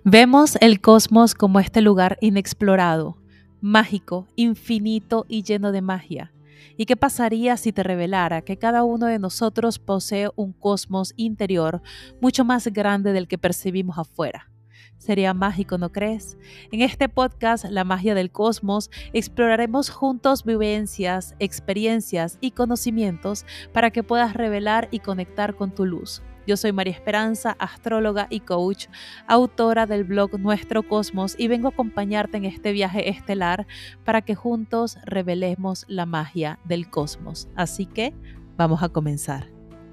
Vemos el cosmos como este lugar inexplorado, mágico, infinito y lleno de magia. ¿Y qué pasaría si te revelara que cada uno de nosotros posee un cosmos interior mucho más grande del que percibimos afuera? Sería mágico, ¿no crees? En este podcast, La Magia del Cosmos, exploraremos juntos vivencias, experiencias y conocimientos para que puedas revelar y conectar con tu luz. Yo soy María Esperanza, astróloga y coach, autora del blog Nuestro Cosmos, y vengo a acompañarte en este viaje estelar para que juntos revelemos la magia del cosmos. Así que vamos a comenzar.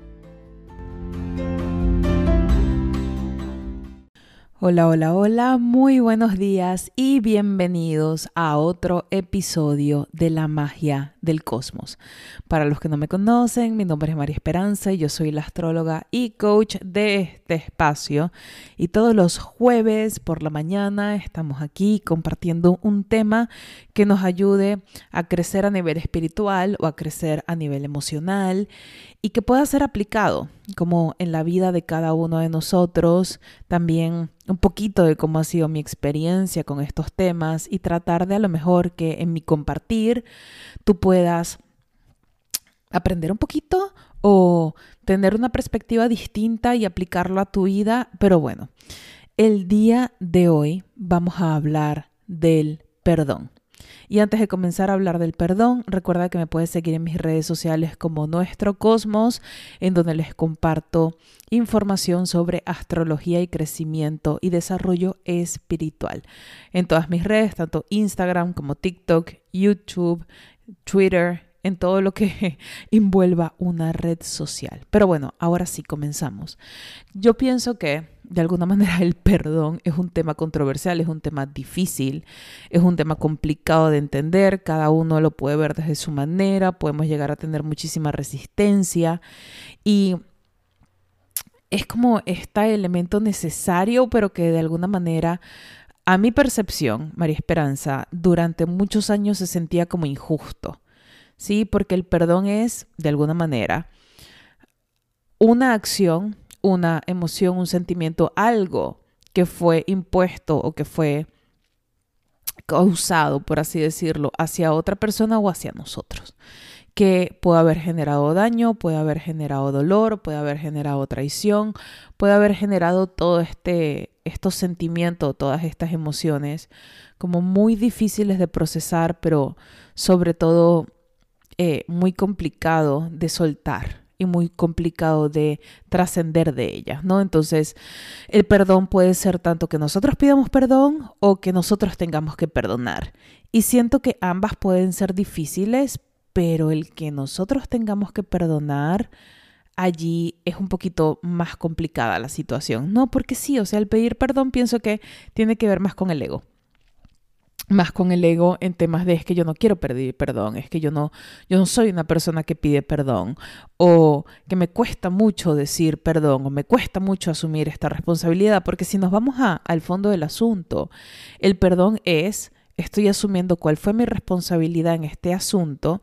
Hola, hola, hola, muy buenos días y bienvenidos a otro episodio de La Magia del Cosmos. Para los que no me conocen, mi nombre es María Esperanza y yo soy la astróloga y coach de este espacio. Y todos los jueves por la mañana estamos aquí compartiendo un tema que nos ayude a crecer a nivel espiritual o a crecer a nivel emocional y que pueda ser aplicado como en la vida de cada uno de nosotros, también un poquito de cómo ha sido mi experiencia con estos temas y tratar de a lo mejor que en mi compartir tú puedas aprender un poquito o tener una perspectiva distinta y aplicarlo a tu vida. Pero bueno, el día de hoy vamos a hablar del perdón. Y antes de comenzar a hablar del perdón, recuerda que me puedes seguir en mis redes sociales como Nuestro Cosmos, en donde les comparto información sobre astrología y crecimiento y desarrollo espiritual. En todas mis redes, tanto Instagram como TikTok, YouTube, Twitter, en todo lo que envuelva una red social. Pero bueno, ahora sí comenzamos. Yo pienso que de alguna manera el perdón es un tema controversial, es un tema difícil, es un tema complicado de entender, cada uno lo puede ver desde su manera, podemos llegar a tener muchísima resistencia y es como este elemento necesario, pero que de alguna manera, a mi percepción, María Esperanza, durante muchos años se sentía como injusto, ¿sí? Porque el perdón es, de alguna manera, una acción, una emoción, un sentimiento, algo que fue impuesto o que fue causado, por así decirlo, hacia otra persona o hacia nosotros, que puede haber generado daño, puede haber generado dolor, puede haber generado traición, puede haber generado todo estos sentimientos, todas estas emociones como muy difíciles de procesar, pero sobre todo muy complicado de soltar y muy complicado de trascender de ellas, ¿no? Entonces, el perdón puede ser tanto que nosotros pidamos perdón o que nosotros tengamos que perdonar. Y siento que ambas pueden ser difíciles, pero el que nosotros tengamos que perdonar, allí es un poquito más complicada la situación, ¿no? Porque sí, o sea, el pedir perdón pienso que tiene que ver más con el ego. Más con el ego en temas de es que yo no quiero pedir perdón, es que yo no soy una persona que pide perdón, o que me cuesta mucho decir perdón, o me cuesta mucho asumir esta responsabilidad, porque si nos vamos al fondo del asunto, el perdón es, estoy asumiendo cuál fue mi responsabilidad en este asunto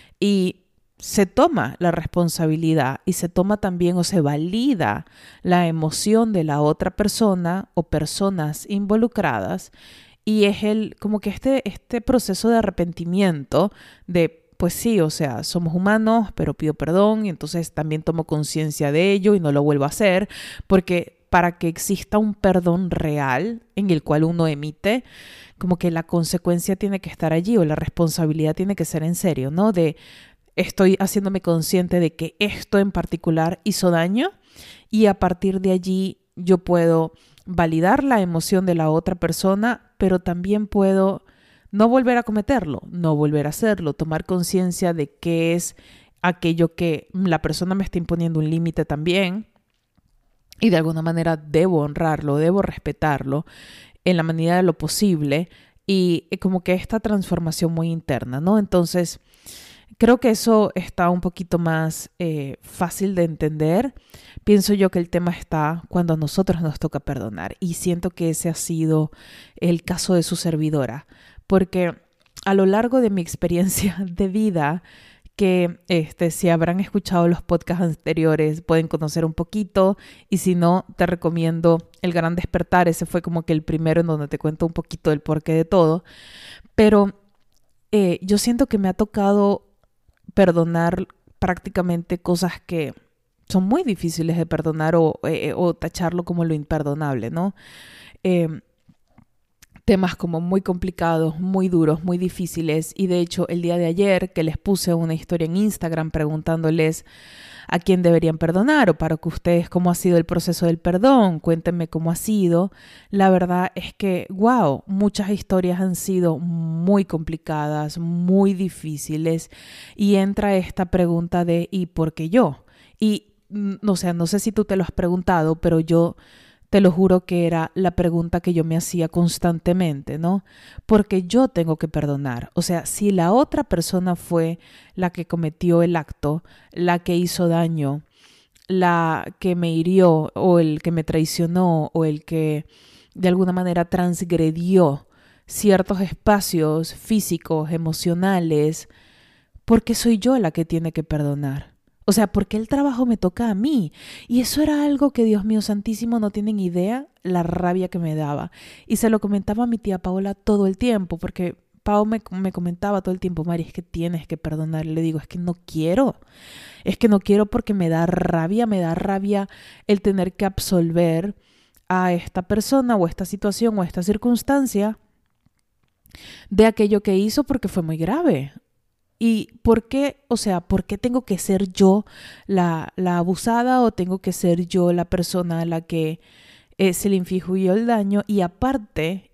y se toma la responsabilidad y se toma también o se valida la emoción de la otra persona o personas involucradas. Y es como que este proceso de arrepentimiento de, pues sí, o sea, somos humanos, pero pido perdón y entonces también tomo conciencia de ello y no lo vuelvo a hacer, porque para que exista un perdón real en el cual uno emite, como que la consecuencia tiene que estar allí o la responsabilidad tiene que ser en serio, ¿no? De estoy haciéndome consciente de que esto en particular hizo daño y a partir de allí yo puedo validar la emoción de la otra persona, pero también puedo no volver a cometerlo, no volver a hacerlo, tomar conciencia de qué es aquello que la persona me está imponiendo un límite también y de alguna manera debo honrarlo, debo respetarlo en la medida de lo posible y como que esta transformación muy interna, ¿no? Entonces, creo que eso está un poquito más fácil de entender. Pienso yo que el tema está cuando a nosotros nos toca perdonar y siento que ese ha sido el caso de su servidora, porque a lo largo de mi experiencia de vida que si habrán escuchado los podcasts anteriores pueden conocer un poquito, y si no, te recomiendo El Gran Despertar. Ese fue como que el primero en donde te cuento un poquito del porqué de todo. Pero yo siento que me ha tocado perdonar prácticamente cosas que son muy difíciles de perdonar, o tacharlo como lo imperdonable, ¿no? Eh, Temas como muy complicados, muy duros, muy difíciles. Y de hecho, el día de ayer que les puse una historia en Instagram preguntándoles a quién deberían perdonar, o para que ustedes cómo ha sido el proceso del perdón, cuéntenme cómo ha sido. La verdad es que, wow, muchas historias han sido muy complicadas, muy difíciles, y entra esta pregunta de ¿y por qué yo? Y no sé si tú te lo has preguntado, pero yo te lo juro que era la pregunta que yo me hacía constantemente, ¿no? Porque yo tengo que perdonar. O sea, si la otra persona fue la que cometió el acto, la que hizo daño, la que me hirió, o el que me traicionó, o el que de alguna manera transgredió ciertos espacios físicos, emocionales, ¿por qué soy yo la que tiene que perdonar? O sea, ¿por qué el trabajo me toca a mí? Y eso era algo que, Dios mío santísimo, no tienen idea la rabia que me daba. Y se lo comentaba a mi tía Paola todo el tiempo, porque Pau me comentaba todo el tiempo: Mari, es que tienes que perdonar. Le digo, es que no quiero. Es que no quiero porque me da rabia el tener que absolver a esta persona o esta situación o esta circunstancia de aquello que hizo, porque fue muy grave. ¿Y por qué? O sea, ¿por qué tengo que ser yo la abusada, o tengo que ser yo la persona a la que se le infligió el daño? Y aparte,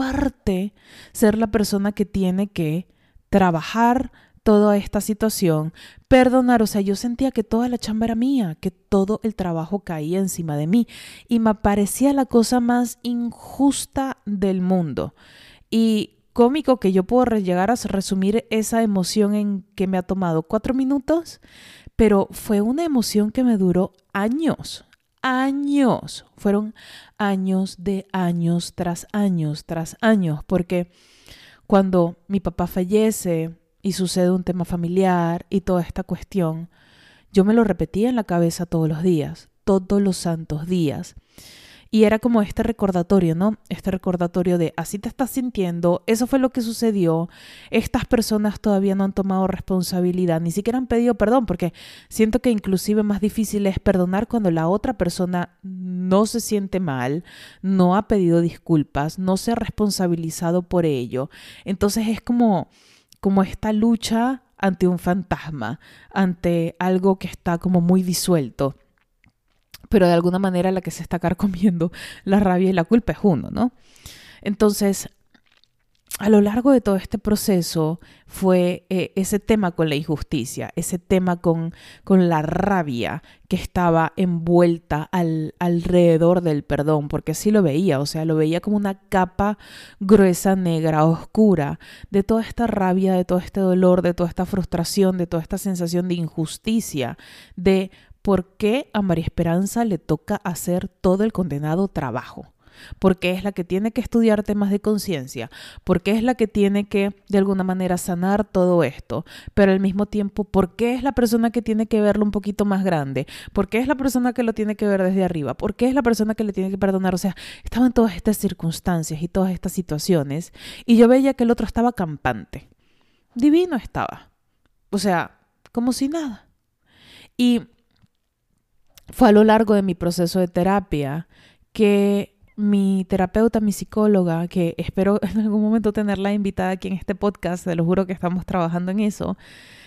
ser la persona que tiene que trabajar toda esta situación, perdonar. O sea, yo sentía que toda la chamba era mía, que todo el trabajo caía encima de mí, y me parecía la cosa más injusta del mundo. Y cómico que yo puedo llegar a resumir esa emoción en que me ha tomado 4 minutos, pero fue una emoción que me duró años, años. Fueron años de años tras años tras años, porque cuando mi papá fallece y sucede un tema familiar y toda esta cuestión, yo me lo repetía en la cabeza todos los días, todos los santos días. Y era como este recordatorio, ¿no? Este recordatorio de así te estás sintiendo, eso fue lo que sucedió, estas personas todavía no han tomado responsabilidad, ni siquiera han pedido perdón, porque siento que inclusive más difícil es perdonar cuando la otra persona no se siente mal, no ha pedido disculpas, no se ha responsabilizado por ello. Entonces es como esta lucha ante un fantasma, ante algo que está como muy disuelto, pero de alguna manera la que se está carcomiendo la rabia y la culpa es uno, ¿no? Entonces, a lo largo de todo este proceso fue ese tema con la injusticia, ese tema con la rabia que estaba envuelta alrededor del perdón, porque así lo veía, o sea, lo veía como una capa gruesa, negra, oscura, de toda esta rabia, de todo este dolor, de toda esta frustración, de toda esta sensación de injusticia, de ¿por qué a María Esperanza le toca hacer todo el condenado trabajo? Porque es la que tiene que estudiar temas de conciencia, porque es la que tiene que de alguna manera sanar todo esto, pero al mismo tiempo, ¿por qué es la persona que tiene que verlo un poquito más grande? ¿Por qué es la persona que lo tiene que ver desde arriba? ¿Por qué es la persona que le tiene que perdonar? O sea, estaban todas estas circunstancias y todas estas situaciones, y yo veía que el otro estaba campante. Divino estaba. O sea, como si nada. Y fue a lo largo de mi proceso de terapia que mi terapeuta, mi psicóloga, que espero en algún momento tenerla invitada aquí en este podcast, te lo juro que estamos trabajando en eso,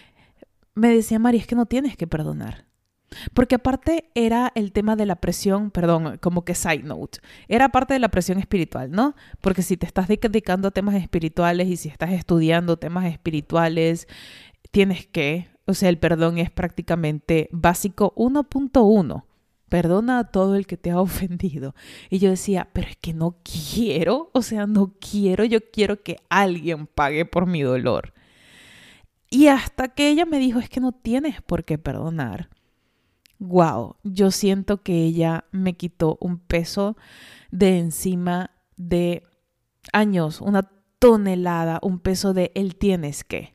me decía: Mari, es que no tienes que perdonar. Porque aparte era el tema de la presión, perdón, como que side note, era parte de la presión espiritual, ¿no? Porque si te estás dedicando a temas espirituales y si estás estudiando temas espirituales, tienes que, o sea, el perdón es prácticamente básico 1.1. Perdona a todo el que te ha ofendido. Y yo decía, pero es que no quiero, o sea, no quiero, yo quiero que alguien pague por mi dolor. Y hasta que ella me dijo, es que no tienes por qué perdonar. Wow, yo siento que ella me quitó un peso de encima de años, una tonelada, un peso de él tienes que.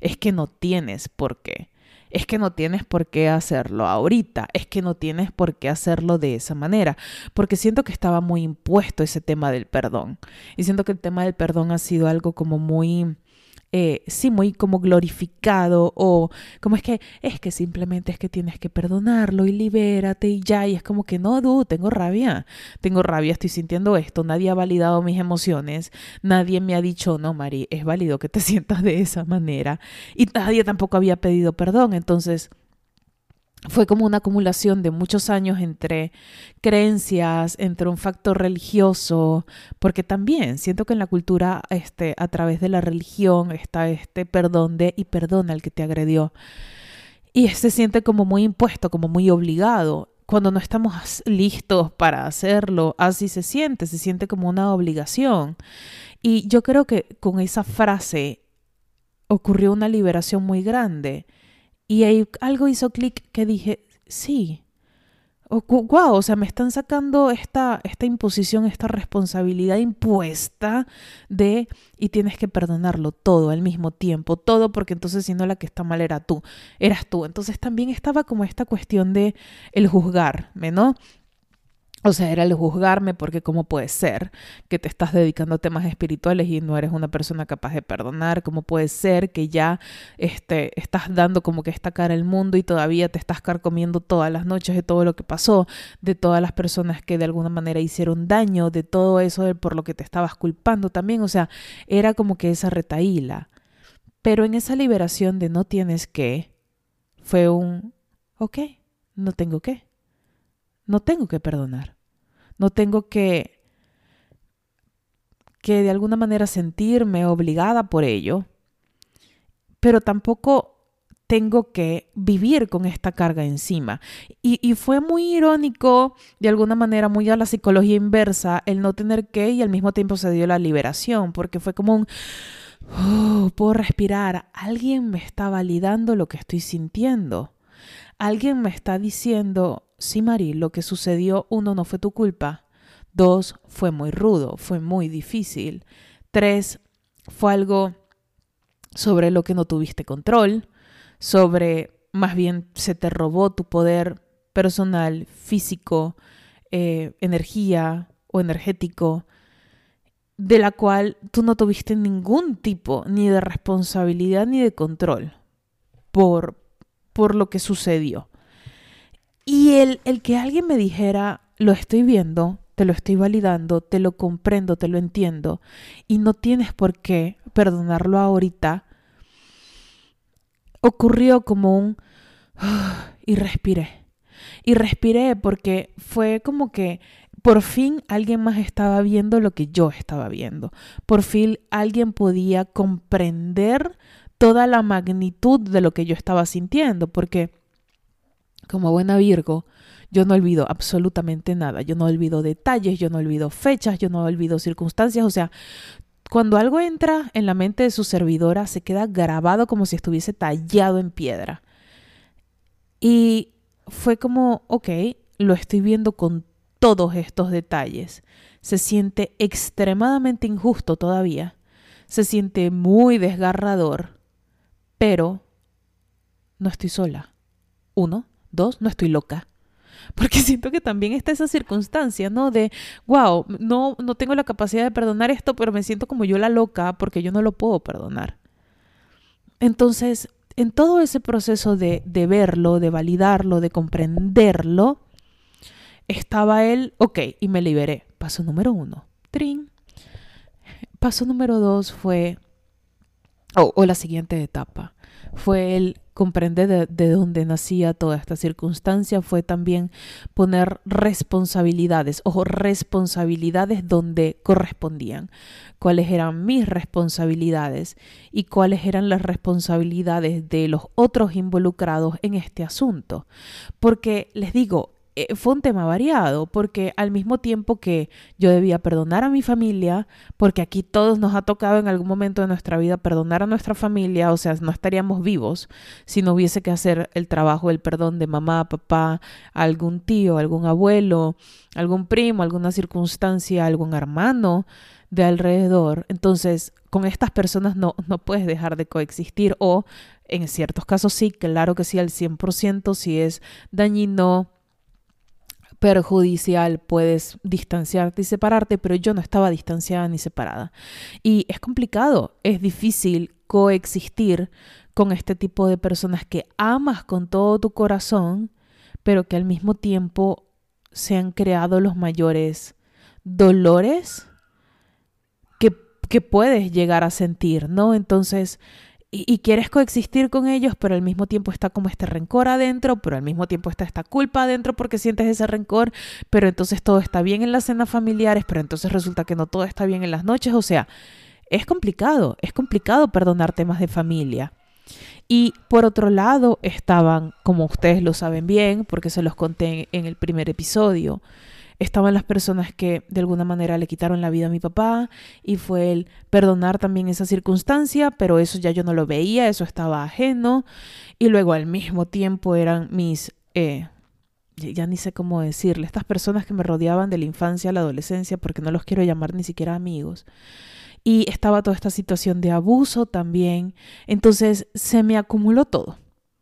es que no tienes por qué. Es que no tienes por qué hacerlo ahorita, es que no tienes por qué hacerlo de esa manera, porque siento que estaba muy impuesto ese tema del perdón. Y siento que el tema del perdón ha sido algo como muy, sí, muy como glorificado, o como es que simplemente es que tienes que perdonarlo y libérate y ya. Y es como que no, dude, tengo rabia, estoy sintiendo esto, nadie ha validado mis emociones, nadie me ha dicho, no, Mari, es válido que te sientas de esa manera, y nadie tampoco había pedido perdón. Entonces fue como una acumulación de muchos años entre creencias, entre un factor religioso, porque también siento que en la cultura, a través de la religión, está este perdón de y perdona al que te agredió. Y se siente como muy impuesto, como muy obligado. Cuando no estamos listos para hacerlo, así se siente como una obligación. Y yo creo que con esa frase ocurrió una liberación muy grande. Y ahí algo hizo clic que dije, sí, wow, o sea, me están sacando esta imposición, esta responsabilidad impuesta de, y tienes que perdonarlo todo al mismo tiempo, todo, porque entonces si no la que está mal eras tú. Entonces también estaba como esta cuestión de el juzgarme, ¿no? O sea, era el juzgarme porque cómo puede ser que te estás dedicando a temas espirituales y no eres una persona capaz de perdonar. Cómo puede ser que ya estás dando como que esta cara al mundo y todavía te estás carcomiendo todas las noches de todo lo que pasó, de todas las personas que de alguna manera hicieron daño, de todo eso por lo que te estabas culpando también. O sea, era como que esa retahíla. Pero en esa liberación de no tienes que, fue ok, no tengo que. No tengo que perdonar. No tengo que de alguna manera sentirme obligada por ello, pero tampoco tengo que vivir con esta carga encima. Y fue muy irónico, de alguna manera muy a la psicología inversa, el no tener que, y al mismo tiempo se dio la liberación, porque fue como puedo respirar, alguien me está validando lo que estoy sintiendo. Alguien me está diciendo, sí, Mari, lo que sucedió, 1, no fue tu culpa. 2, fue muy rudo, fue muy difícil. 3, fue algo sobre lo que no tuviste control, más bien se te robó tu poder personal, físico, energía o energético, de la cual tú no tuviste ningún tipo ni de responsabilidad ni de control por lo que sucedió. Y el que alguien me dijera, lo estoy viendo, te lo estoy validando, te lo comprendo, te lo entiendo, y no tienes por qué perdonarlo ahorita, ocurrió como y respiré. Y respiré porque fue como que por fin alguien más estaba viendo lo que yo estaba viendo. Por fin alguien podía comprender toda la magnitud de lo que yo estaba sintiendo, porque como buena Virgo, yo no olvido absolutamente nada. Yo no olvido detalles, yo no olvido fechas, yo no olvido circunstancias. O sea, cuando algo entra en la mente de su servidora, se queda grabado como si estuviese tallado en piedra. Y fue como, ok, lo estoy viendo con todos estos detalles. Se siente extremadamente injusto todavía. Se siente muy desgarrador. Pero no estoy sola. 1, 2, no estoy loca. Porque siento que también está esa circunstancia, ¿no? De, wow, no tengo la capacidad de perdonar esto, pero me siento como yo la loca porque yo no lo puedo perdonar. Entonces, en todo ese proceso de verlo, de validarlo, de comprenderlo, estaba él, ok, y me liberé. Paso número 1, trin. Paso número 2 fue, o la siguiente etapa, fue el comprender de dónde nacía toda esta circunstancia. Fue también poner responsabilidades, ojo, responsabilidades donde correspondían. Cuáles eran mis responsabilidades y cuáles eran las responsabilidades de los otros involucrados en este asunto. Porque les digo, fue un tema variado, porque al mismo tiempo que yo debía perdonar a mi familia, porque aquí todos nos ha tocado en algún momento de nuestra vida perdonar a nuestra familia, o sea, no estaríamos vivos si no hubiese que hacer el trabajo del perdón de mamá, papá, algún tío, algún abuelo, algún primo, alguna circunstancia, algún hermano, de alrededor. Entonces, con estas personas no puedes dejar de coexistir, o en ciertos casos sí, claro que sí, al 100%, si es dañino, perjudicial, puedes distanciarte y separarte, pero yo no estaba distanciada ni separada. Y es complicado, es difícil coexistir con este tipo de personas que amas con todo tu corazón, pero que al mismo tiempo se han creado los mayores dolores que puedes llegar a sentir, ¿no? Entonces, y quieres coexistir con ellos, pero al mismo tiempo está como este rencor adentro, pero al mismo tiempo está esta culpa adentro porque sientes ese rencor, pero entonces todo está bien en las cenas familiares, pero entonces resulta que no todo está bien en las noches. O sea, es complicado perdonar temas de familia. Y por otro lado estaban, como ustedes lo saben bien, porque se los conté en el primer episodio, estaban las personas que de alguna manera le quitaron la vida a mi papá, y fue el perdonar también esa circunstancia, pero eso ya yo no lo veía, eso estaba ajeno. Y luego al mismo tiempo eran mis, ya ni sé cómo decirle, estas personas que me rodeaban de la infancia a la adolescencia, porque no los quiero llamar ni siquiera amigos. Y estaba toda esta situación de abuso también. Entonces se me acumuló todo,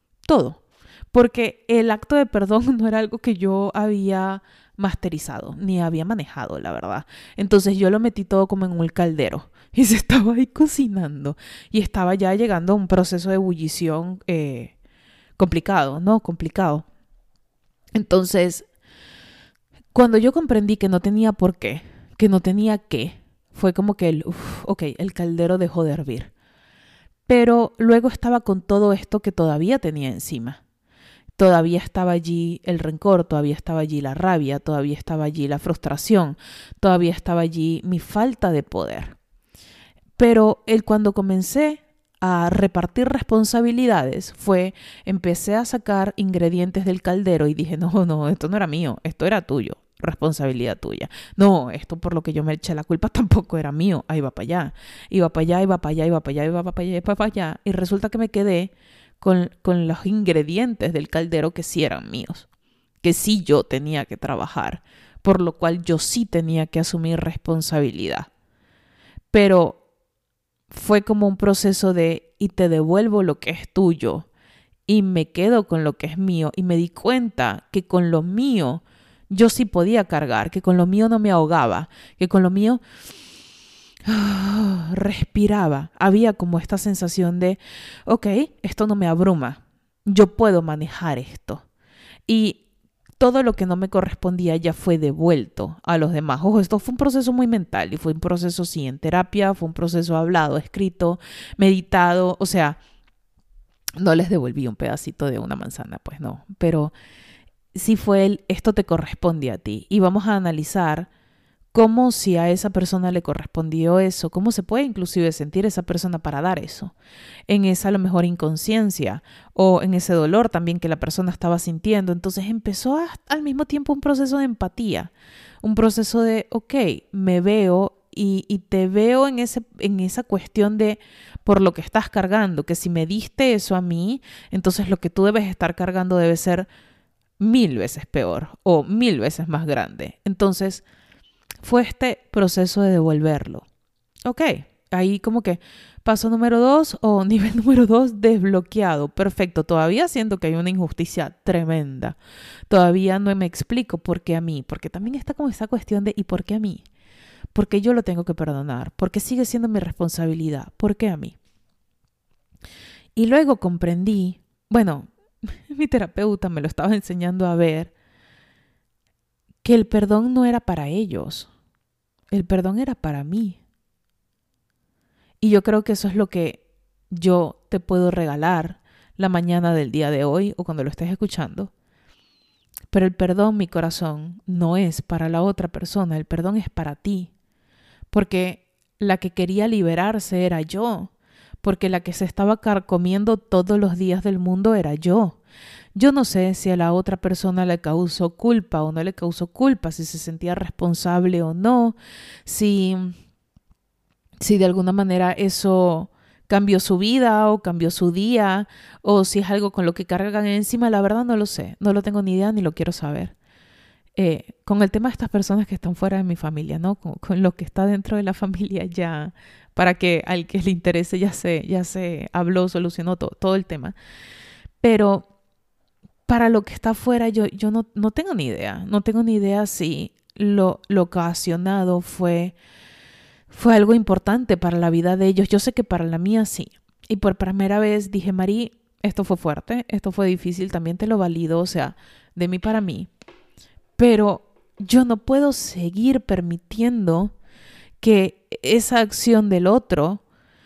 porque el acto de perdón no era algo que yo había masterizado, ni había manejado, la verdad. Entonces yo lo metí todo como en un caldero y se estaba ahí cocinando y estaba ya llegando a un proceso de ebullición complicado, ¿no? Complicado. Entonces, cuando yo comprendí que no tenía por qué, que no tenía qué, fue como que el caldero dejó de hervir. Pero luego estaba con todo esto que todavía tenía encima. Todavía estaba allí el rencor, todavía estaba allí la rabia, todavía estaba allí la frustración, todavía estaba allí mi falta de poder. Pero cuando comencé a repartir responsabilidades empecé a sacar ingredientes del caldero y dije, no, esto no era mío, esto era tuyo, responsabilidad tuya. No, esto por lo que yo me eché la culpa tampoco era mío, ahí va para allá, iba para allá, iba para allá, iba para allá, iba para allá, iba para allá. Y resulta que me quedé con los ingredientes del caldero que sí eran míos, que sí yo tenía que trabajar, por lo cual yo sí tenía que asumir responsabilidad. Pero fue como un proceso y te devuelvo lo que es tuyo y me quedo con lo que es mío, y me di cuenta que con lo mío yo sí podía cargar, que con lo mío no me ahogaba, que con lo mío respiraba. Había como esta sensación de, ok, esto no me abruma, yo puedo manejar esto. Y todo lo que no me correspondía ya fue devuelto a los demás. Ojo, esto fue un proceso muy mental y fue un proceso, sí, en terapia, fue un proceso hablado, escrito, meditado. O sea, no les devolví un pedacito de una manzana, pues no. Pero sí fue esto te corresponde a ti. Y vamos a analizar cómo, si a esa persona le correspondió eso, cómo se puede inclusive sentir esa persona para dar eso, en esa a lo mejor inconsciencia o en ese dolor también que la persona estaba sintiendo. Entonces empezó al mismo tiempo un proceso de empatía, un proceso de, ok, me veo y te veo en esa cuestión de por lo que estás cargando, que si me diste eso a mí, entonces lo que tú debes estar cargando debe ser 1000 veces peor o 1000 veces más grande. Entonces fue este proceso de devolverlo. Ok, ahí como que paso número 2 o nivel número 2 desbloqueado. Perfecto, todavía siento que hay una injusticia tremenda. Todavía no me explico por qué a mí, porque también está como esa cuestión de ¿y por qué a mí? ¿Por qué yo lo tengo que perdonar? ¿Por qué sigue siendo mi responsabilidad? ¿Por qué a mí? Y luego comprendí, bueno, mi terapeuta me lo estaba enseñando a ver, que el perdón no era para ellos. El perdón era para mí. Y yo creo que eso es lo que yo te puedo regalar la mañana del día de hoy o cuando lo estés escuchando. Pero el perdón, mi corazón, no es para la otra persona. El perdón es para ti. Porque la que quería liberarse era yo. Porque la que se estaba carcomiendo todos los días del mundo era yo. Yo no sé si a la otra persona le causó culpa o no le causó culpa, si se sentía responsable o no, si de alguna manera eso cambió su vida o cambió su día, o si es algo con lo que cargan encima. La verdad no lo sé, no lo tengo ni idea ni lo quiero saber. con el tema de estas personas que están fuera de mi familia, ¿no? Con lo que está dentro de la familia ya, para que al que le interese ya se habló, solucionó todo el tema. Pero para lo que está afuera, yo no tengo ni idea. No tengo ni idea si lo ocasionado fue algo importante para la vida de ellos. Yo sé que para la mía sí. Y por primera vez dije, Mari, esto fue fuerte, esto fue difícil, también te lo valido, o sea, de mí para mí. Pero yo no puedo seguir permitiendo que esa acción del otro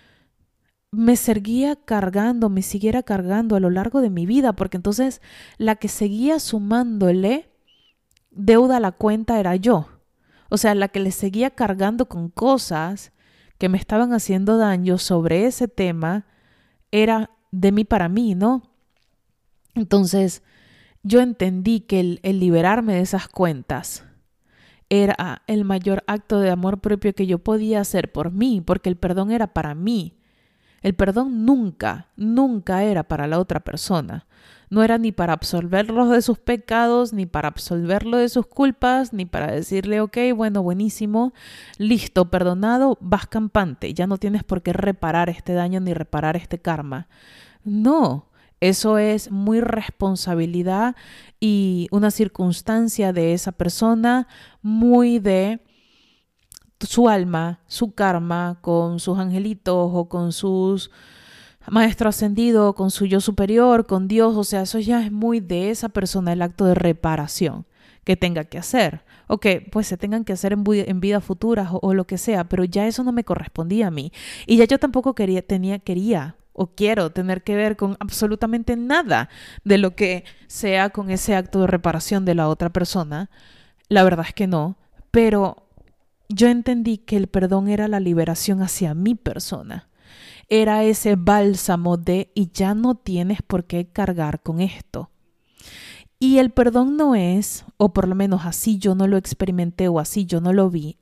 me siguiera cargando a lo largo de mi vida, porque entonces la que seguía sumándole deuda a la cuenta era yo. O sea, la que le seguía cargando con cosas que me estaban haciendo daño sobre ese tema era de mí para mí, ¿no? Entonces, yo entendí que el liberarme de esas cuentas era el mayor acto de amor propio que yo podía hacer por mí, porque el perdón era para mí. El perdón nunca era para la otra persona. No era ni para absolverlo de sus pecados, ni para absolverlo de sus culpas, ni para decirle, ok, bueno, buenísimo, listo, perdonado, vas campante, ya no tienes por qué reparar este daño ni reparar este karma. No, eso es muy responsabilidad y una circunstancia de esa persona, muy de su alma, su karma, con sus angelitos o con sus maestro ascendido, con su yo superior, con Dios. O sea, eso ya es muy de esa persona, el acto de reparación que tenga que hacer, o que pues se tengan que hacer en vidas futuras o lo que sea, pero ya eso no me correspondía a mí. Y ya yo tampoco quería o quiero tener que ver con absolutamente nada de lo que sea con ese acto de reparación de la otra persona. La verdad es que no, pero yo entendí que el perdón era la liberación hacia mi persona. Era ese bálsamo de y ya no tienes por qué cargar con esto. Y el perdón no es, o por lo menos así yo no lo experimenté o así yo no lo vi,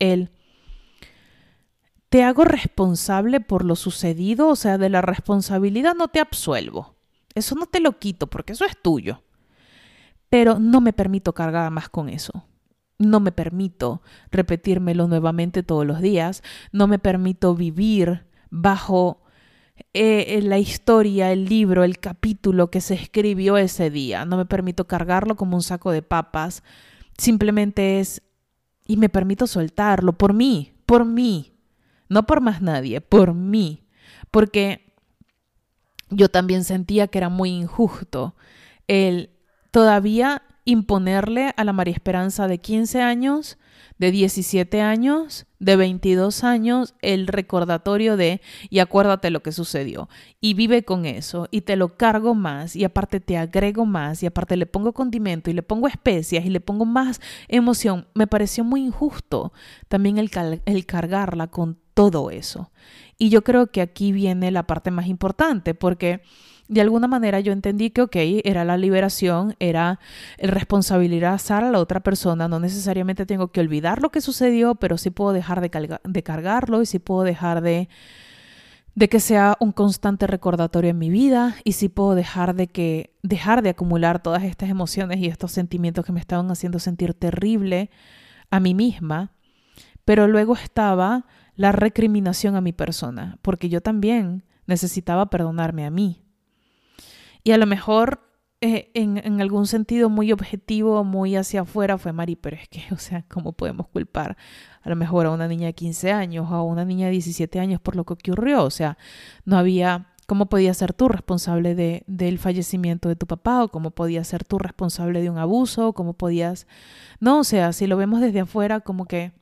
te hago responsable por lo sucedido, o sea, de la responsabilidad no te absuelvo. Eso no te lo quito porque eso es tuyo. Pero no me permito cargar más con eso. No me permito repetírmelo nuevamente todos los días. No me permito vivir bajo la historia, el libro, el capítulo que se escribió ese día. No me permito cargarlo como un saco de papas. Simplemente y me permito soltarlo por mí, no por más nadie, por mí. Porque yo también sentía que era muy injusto el todavía imponerle a la María Esperanza de 15 años, de 17 años, de 22 años, el recordatorio y acuérdate lo que sucedió, y vive con eso, y te lo cargo más, y aparte te agrego más, y aparte le pongo condimento, y le pongo especias, y le pongo más emoción. Me pareció muy injusto también el cargarla con todo eso. Y yo creo que aquí viene la parte más importante, porque de alguna manera yo entendí que, ok, era la liberación, era el responsabilizar a la otra persona. No necesariamente tengo que olvidar lo que sucedió, pero sí puedo dejar de cargarlo y sí puedo dejar de que sea un constante recordatorio en mi vida, y sí puedo dejar de acumular todas estas emociones y estos sentimientos que me estaban haciendo sentir terrible a mí misma. Pero luego estaba la recriminación a mi persona, porque yo también necesitaba perdonarme a mí. Y a lo mejor en algún sentido muy objetivo, muy hacia afuera fue Mari, pero es que, o sea, ¿cómo podemos culpar a lo mejor a una niña de 15 años o a una niña de 17 años por lo que ocurrió? O sea, no había, ¿cómo podías ser tú responsable del fallecimiento de tu papá? ¿O cómo podías ser tú responsable de un abuso? ¿Cómo podías...? No, o sea, si lo vemos desde afuera, como que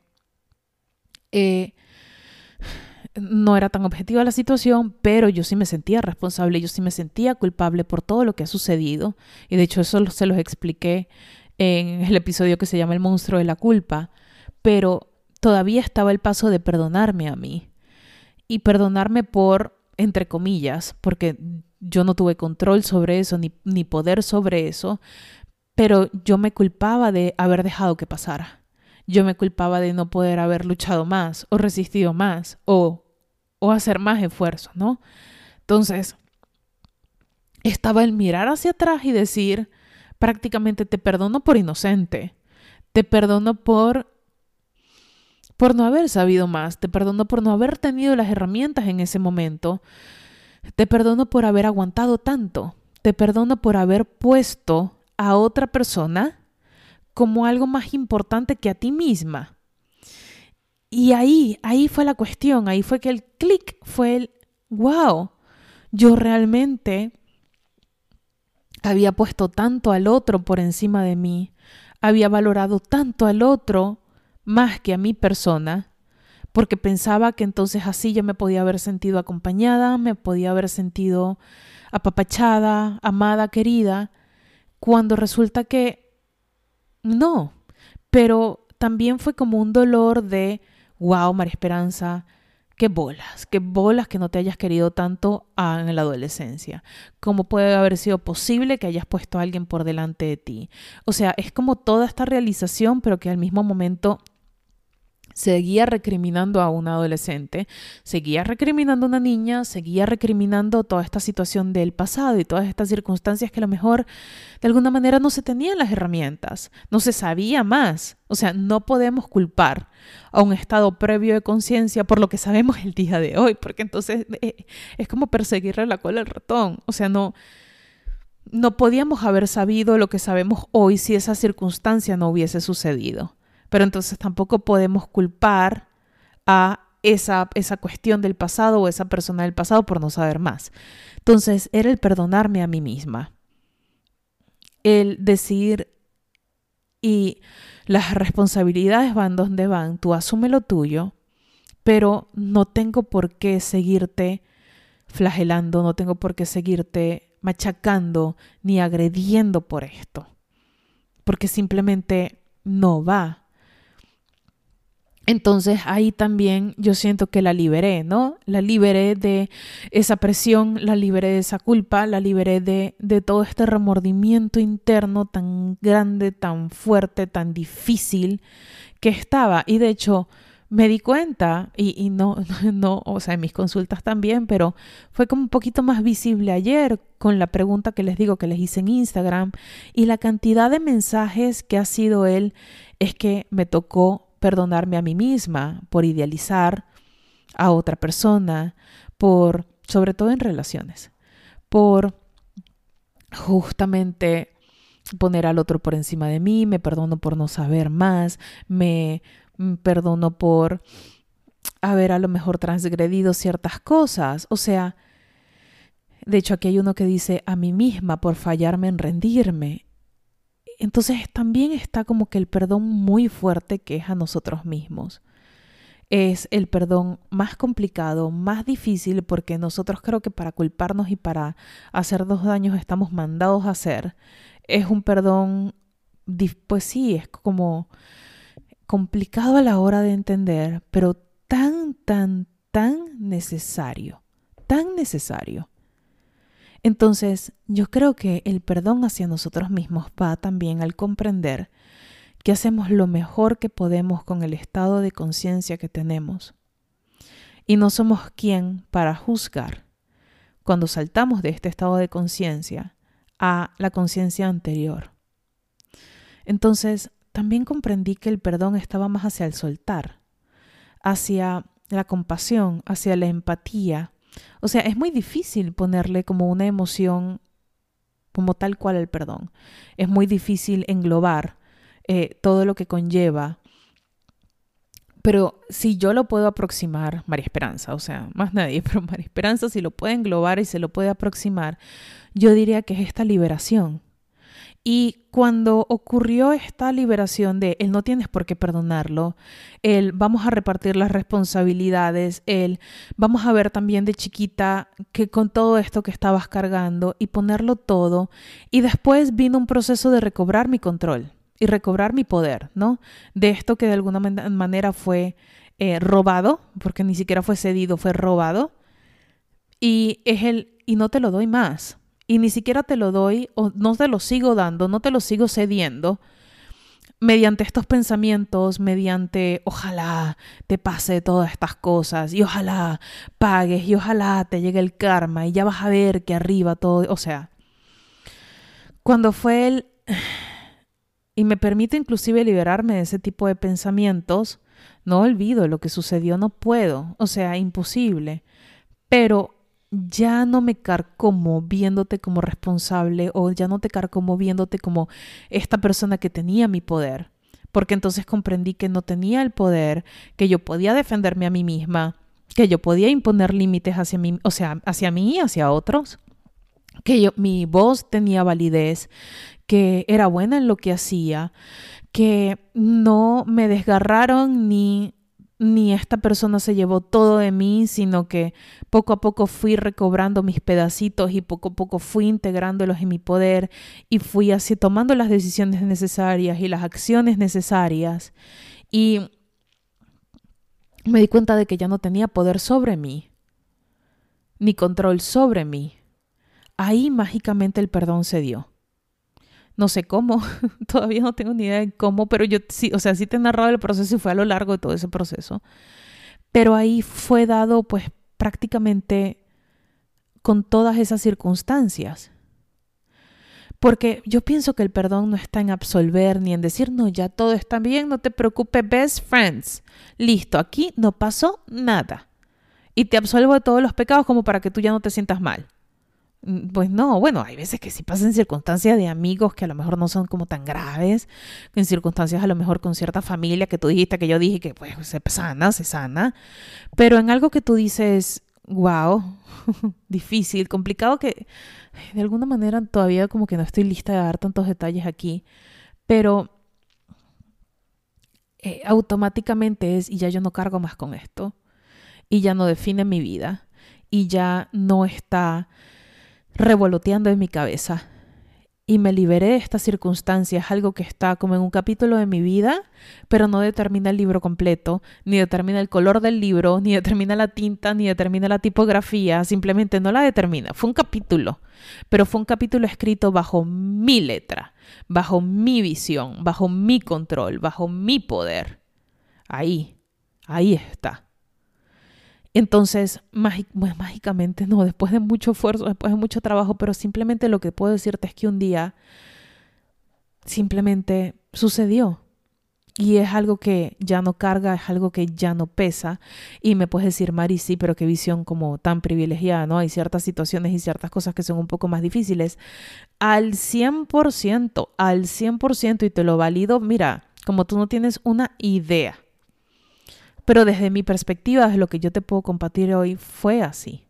no era tan objetiva la situación, pero yo sí me sentía responsable, yo sí me sentía culpable por todo lo que ha sucedido. Y de hecho eso se los expliqué en el episodio que se llama El monstruo de la culpa. Pero todavía estaba el paso de perdonarme a mí. Y perdonarme por, entre comillas, porque yo no tuve control sobre eso, ni poder sobre eso. Pero yo me culpaba de haber dejado que pasara. Yo me culpaba de no poder haber luchado más o resistido más o hacer más esfuerzos, ¿no? Entonces, estaba el mirar hacia atrás y decir, prácticamente te perdono por inocente, Te perdono por no haber sabido más. Te perdono por no haber tenido las herramientas en ese momento. Te perdono por haber aguantado tanto. Te perdono por haber puesto a otra persona como algo más importante que a ti misma. Y ahí fue la cuestión, ahí fue que el clic fue el, wow, yo realmente había puesto tanto al otro por encima de mí, había valorado tanto al otro más que a mi persona, porque pensaba que entonces así yo me podía haber sentido acompañada, me podía haber sentido apapachada, amada, querida, cuando resulta que no. Pero también fue como un dolor de, wow, María Esperanza, qué bolas que no te hayas querido tanto en la adolescencia. ¿Cómo puede haber sido posible que hayas puesto a alguien por delante de ti? O sea, es como toda esta realización, pero que al mismo momento seguía recriminando a una adolescente, seguía recriminando a una niña, seguía recriminando toda esta situación del pasado y todas estas circunstancias que a lo mejor de alguna manera no se tenían las herramientas, no se sabía más. O sea, no podemos culpar a un estado previo de conciencia por lo que sabemos el día de hoy, porque entonces es como perseguirle la cola al ratón. O sea, no podíamos haber sabido lo que sabemos hoy si esa circunstancia no hubiese sucedido. Pero entonces tampoco podemos culpar a esa cuestión del pasado o esa persona del pasado por no saber más. Entonces era el perdonarme a mí misma. El decir, y las responsabilidades van donde van, tú asume lo tuyo, pero no tengo por qué seguirte flagelando, no tengo por qué seguirte machacando ni agrediendo por esto, porque simplemente no va. Entonces ahí también yo siento que la liberé, ¿no? La liberé de esa presión, la liberé de esa culpa, la liberé de todo este remordimiento interno tan grande, tan fuerte, tan difícil que estaba. Y de hecho me di cuenta, y no, o sea, en mis consultas también, pero fue como un poquito más visible ayer con la pregunta que les digo que les hice en Instagram y la cantidad de mensajes que ha sido es que me tocó perdonarme a mí misma por idealizar a otra persona, sobre todo en relaciones, por justamente poner al otro por encima de mí, me perdono por no saber más, me perdono por haber a lo mejor transgredido ciertas cosas. O sea, de hecho aquí hay uno que dice a mí misma por fallarme en rendirme. Entonces también está como que el perdón muy fuerte que es a nosotros mismos. Es el perdón más complicado, más difícil, porque nosotros creo que para culparnos y para hacernos daños estamos mandados a hacer. Es un perdón, pues sí, es como complicado a la hora de entender, pero tan, tan, tan necesario, tan necesario. Entonces, yo creo que el perdón hacia nosotros mismos va también al comprender que hacemos lo mejor que podemos con el estado de conciencia que tenemos. Y no somos quien para juzgar cuando saltamos de este estado de conciencia a la conciencia anterior. Entonces, también comprendí que el perdón estaba más hacia el soltar, hacia la compasión, hacia la empatía. O sea, es muy difícil ponerle como una emoción como tal cual el perdón. Es muy difícil englobar todo lo que conlleva. Pero si yo lo puedo aproximar, María Esperanza, o sea, más nadie, pero María Esperanza si lo puede englobar y se lo puede aproximar, yo diría que es esta liberación. Y cuando ocurrió esta liberación de él no tienes por qué perdonarlo, el vamos a repartir las responsabilidades, el vamos a ver también de chiquita que con todo esto que estabas cargando y ponerlo todo, y después vino un proceso de recobrar mi control y recobrar mi poder, ¿no? De esto que de alguna manera fue robado, porque ni siquiera fue cedido, fue robado, y no te lo doy más. Y ni siquiera te lo doy, o no te lo sigo dando, no te lo sigo cediendo mediante estos pensamientos, mediante ojalá te pase todas estas cosas y ojalá pagues y ojalá te llegue el karma y ya vas a ver que arriba todo, o sea, cuando fue y me permito inclusive liberarme de ese tipo de pensamientos, no olvido lo que sucedió, no puedo, o sea, imposible, pero ya no me carcomo viéndote como responsable o ya no te carcomo viéndote como esta persona que tenía mi poder, porque entonces comprendí que no tenía el poder, que yo podía defenderme a mí misma, que yo podía imponer límites hacia mí, o sea, hacia mí y hacia otros, que mi voz tenía validez, que era buena en lo que hacía, que no me desgarraron ni esta persona se llevó todo de mí, sino que poco a poco fui recobrando mis pedacitos y poco a poco fui integrándolos en mi poder y fui así tomando las decisiones necesarias y las acciones necesarias y me di cuenta de que ya no tenía poder sobre mí, ni control sobre mí. Ahí mágicamente el perdón se dio. No sé cómo, todavía no tengo ni idea de cómo, pero yo sí, o sea, sí te he narrado el proceso y fue a lo largo de todo ese proceso. Pero ahí fue dado pues prácticamente con todas esas circunstancias. Porque yo pienso que el perdón no está en absolver ni en decir, no, ya todo está bien, no te preocupes, best friends. Listo, aquí no pasó nada. Y te absuelvo de todos los pecados como para que tú ya no te sientas mal. Pues no, bueno, hay veces que sí pasan circunstancias de amigos que a lo mejor no son como tan graves, en circunstancias a lo mejor con cierta familia que tú dijiste, que yo dije que pues se sana, pero en algo que tú dices, wow, difícil, complicado, que de alguna manera todavía como que no estoy lista de dar tantos detalles aquí, pero automáticamente es, y ya yo no cargo más con esto, y ya no define mi vida, y ya no está revoloteando en mi cabeza y me liberé de estas circunstancias, algo que está como en un capítulo de mi vida, pero no determina el libro completo, ni determina el color del libro, ni determina la tinta, ni determina la tipografía, simplemente no la determina. Fue un capítulo, pero fue un capítulo escrito bajo mi letra, bajo mi visión, bajo mi control, bajo mi poder. Ahí está. Entonces, mágicamente, no, después de mucho esfuerzo, después de mucho trabajo, pero simplemente lo que puedo decirte es que un día simplemente sucedió. Y es algo que ya no carga, es algo que ya no pesa. Y me puedes decir, Mari, sí, pero qué visión como tan privilegiada, ¿no? Hay ciertas situaciones y ciertas cosas que son un poco más difíciles. Al 100%, y te lo valido, mira, como tú no tienes una idea. Pero desde mi perspectiva, de lo que yo te puedo compartir hoy, fue así.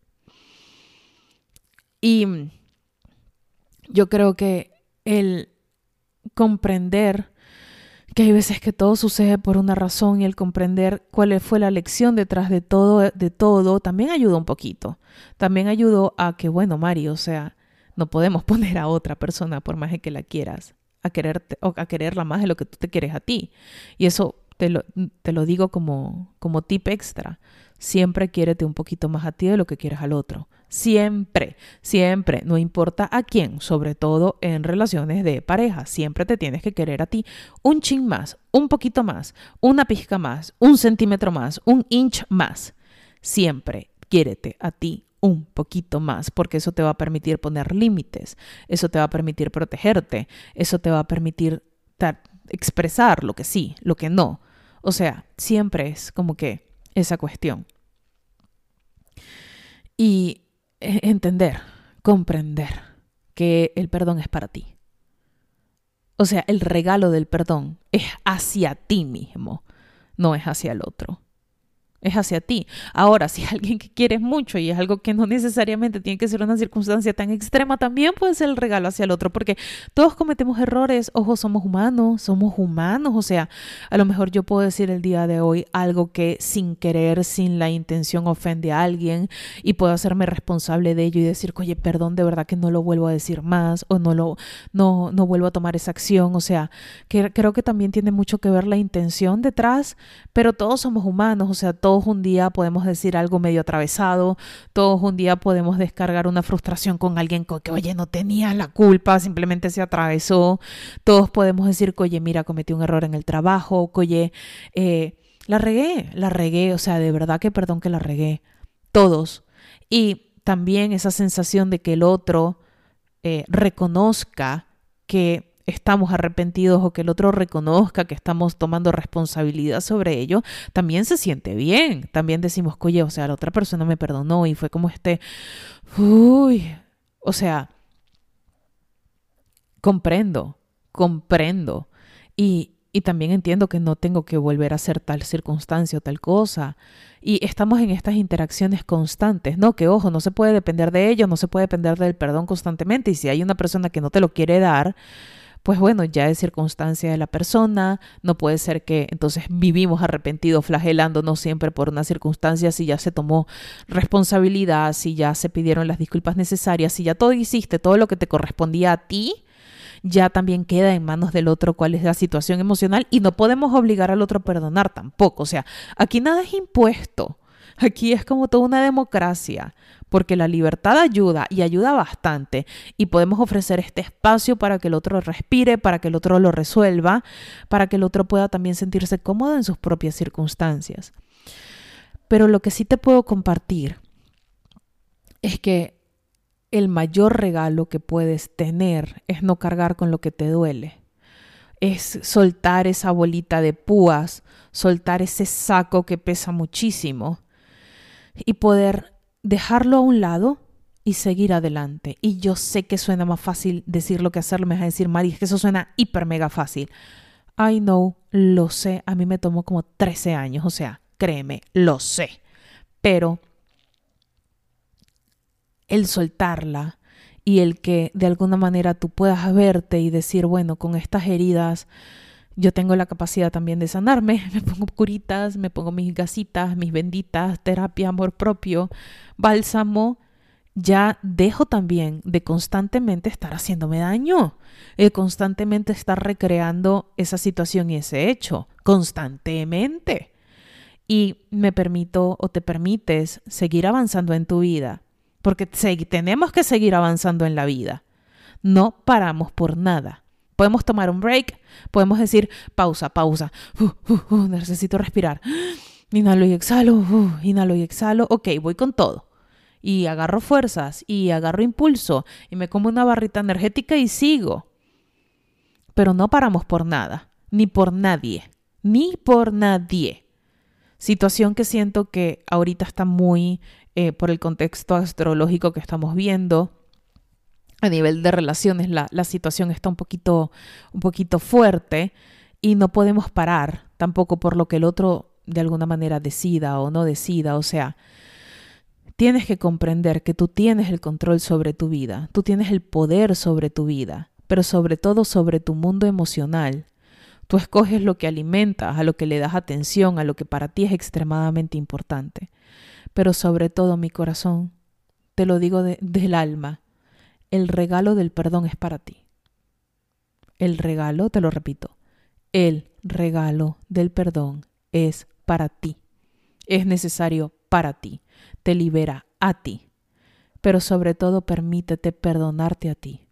Y yo creo que el comprender que hay veces que todo sucede por una razón y el comprender cuál fue la lección detrás de todo, también ayudó un poquito. También ayudó a que, bueno, Mari, o sea, no podemos poner a otra persona, por más de que la quieras, a quererte o a quererla más de lo que tú te quieres a ti. Y eso te lo digo como tip extra. Siempre quiérete un poquito más a ti de lo que quieres al otro. Siempre, siempre, no importa a quién, sobre todo en relaciones de pareja, siempre te tienes que querer a ti un chin más, un poquito más, una pizca más, un centímetro más, un inch más. Siempre quiérete a ti un poquito más, porque eso te va a permitir poner límites, eso te va a permitir protegerte, eso te va a permitir expresar lo que sí, lo que no. O sea, siempre es como que esa cuestión. Y entender, comprender que el perdón es para ti. O sea, el regalo del perdón es hacia ti mismo, no es hacia el otro. Es hacia ti. Ahora, si es alguien que quieres mucho y es algo que no necesariamente tiene que ser una circunstancia tan extrema, también puede ser el regalo hacia el otro, porque todos cometemos errores. Ojo, somos humanos, o sea, a lo mejor yo puedo decir el día de hoy algo que sin querer, sin la intención ofende a alguien y puedo hacerme responsable de ello y decir, oye, perdón, de verdad que no lo vuelvo a decir más o no vuelvo a tomar esa acción. O sea, que creo que también tiene mucho que ver la intención detrás, pero todos somos humanos, o sea, todos un día podemos decir algo medio atravesado, todos un día podemos descargar una frustración con alguien que, oye, no tenía la culpa, simplemente se atravesó. Todos podemos decir que, oye, mira, cometí un error en el trabajo, que, oye, la regué, o sea, de verdad que perdón que la regué. Todos. Y también esa sensación de que el otro reconozca que estamos arrepentidos o que el otro reconozca que estamos tomando responsabilidad sobre ello, también se siente bien. También decimos, oye, o sea, la otra persona me perdonó y fue como uy, o sea, comprendo. Y también entiendo que no tengo que volver a hacer tal circunstancia o tal cosa. Y estamos en estas interacciones constantes, ¿no? Que ojo, no se puede depender de ellos, no se puede depender del perdón constantemente. Y si hay una persona que no te lo quiere dar, pues bueno, ya es circunstancia de la persona. No puede ser que entonces vivimos arrepentidos, flagelándonos siempre por una circunstancia, si ya se tomó responsabilidad, si ya se pidieron las disculpas necesarias, si ya todo hiciste, todo lo que te correspondía a ti, ya también queda en manos del otro cuál es la situación emocional y no podemos obligar al otro a perdonar tampoco. O sea, aquí nada es impuesto. Aquí es como toda una democracia, porque la libertad ayuda y ayuda bastante y podemos ofrecer este espacio para que el otro respire, para que el otro lo resuelva, para que el otro pueda también sentirse cómodo en sus propias circunstancias. Pero lo que sí te puedo compartir es que el mayor regalo que puedes tener es no cargar con lo que te duele. Es soltar esa bolita de púas, soltar ese saco que pesa muchísimo y poder dejarlo a un lado y seguir adelante. Y yo sé que suena más fácil decirlo que hacerlo. Me vas a decir, Mari, es que eso suena hiper mega fácil. I know, lo sé. A mí me tomó como 13 años. O sea, créeme, lo sé. Pero el soltarla y el que de alguna manera tú puedas verte y decir, bueno, con estas heridas yo tengo la capacidad también de sanarme, me pongo curitas, me pongo mis gasitas, mis benditas, terapia, amor propio, bálsamo, ya dejo también de constantemente estar haciéndome daño, de constantemente estar recreando esa situación y ese hecho, constantemente. Y me permito o te permites seguir avanzando en tu vida, porque tenemos que seguir avanzando en la vida. No paramos por nada. Podemos tomar un break, podemos decir pausa, necesito respirar. Inhalo y exhalo, inhalo y exhalo. Ok, voy con todo. Y agarro fuerzas y agarro impulso y me como una barrita energética y sigo. Pero no paramos por nada, ni por nadie, ni por nadie. Situación que siento que ahorita está muy por el contexto astrológico que estamos viendo. A nivel de relaciones la situación está un poquito fuerte y no podemos parar tampoco por lo que el otro de alguna manera decida o no decida. O sea, tienes que comprender que tú tienes el control sobre tu vida, tú tienes el poder sobre tu vida, pero sobre todo sobre tu mundo emocional. Tú escoges lo que alimentas, a lo que le das atención, a lo que para ti es extremadamente importante. Pero sobre todo, mi corazón, te lo digo del alma, el regalo del perdón es para ti. El regalo, te lo repito, el regalo del perdón es para ti. Es necesario para ti. Te libera a ti. Pero sobre todo, permítete perdonarte a ti.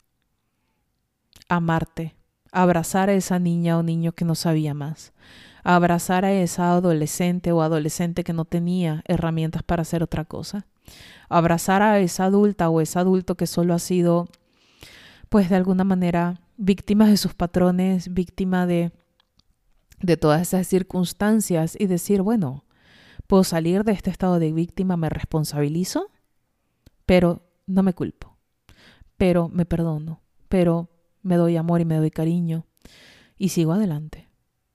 Amarte. Abrazar a esa niña o niño que no sabía más. Abrazar a esa adolescente o adolescente que no tenía herramientas para hacer otra cosa. Abrazar a esa adulta o ese adulto que solo ha sido, pues de alguna manera, víctima de sus patrones, víctima de todas esas circunstancias y decir, bueno, puedo salir de este estado de víctima, me responsabilizo, pero no me culpo, pero me perdono, pero me doy amor y me doy cariño y sigo adelante.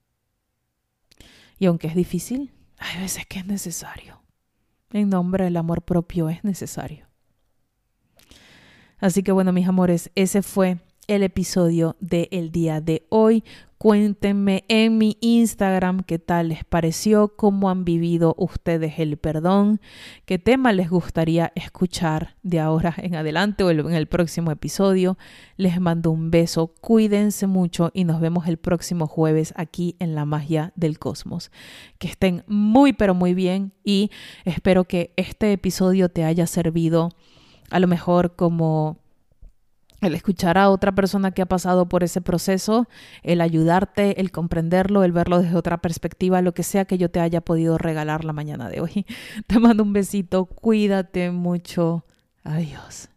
Y aunque es difícil, hay veces que es necesario. En nombre del amor propio es necesario. Así que bueno, mis amores, ese fue el episodio del día de hoy. Cuéntenme en mi Instagram qué tal les pareció, cómo han vivido ustedes el perdón, qué tema les gustaría escuchar de ahora en adelante o en el próximo episodio. Les mando un beso, cuídense mucho y nos vemos el próximo jueves aquí en La Magia del Cosmos. Que estén muy pero muy bien y espero que este episodio te haya servido a lo mejor como el escuchar a otra persona que ha pasado por ese proceso, el ayudarte, el comprenderlo, el verlo desde otra perspectiva, lo que sea que yo te haya podido regalar la mañana de hoy. Te mando un besito, cuídate mucho. Adiós.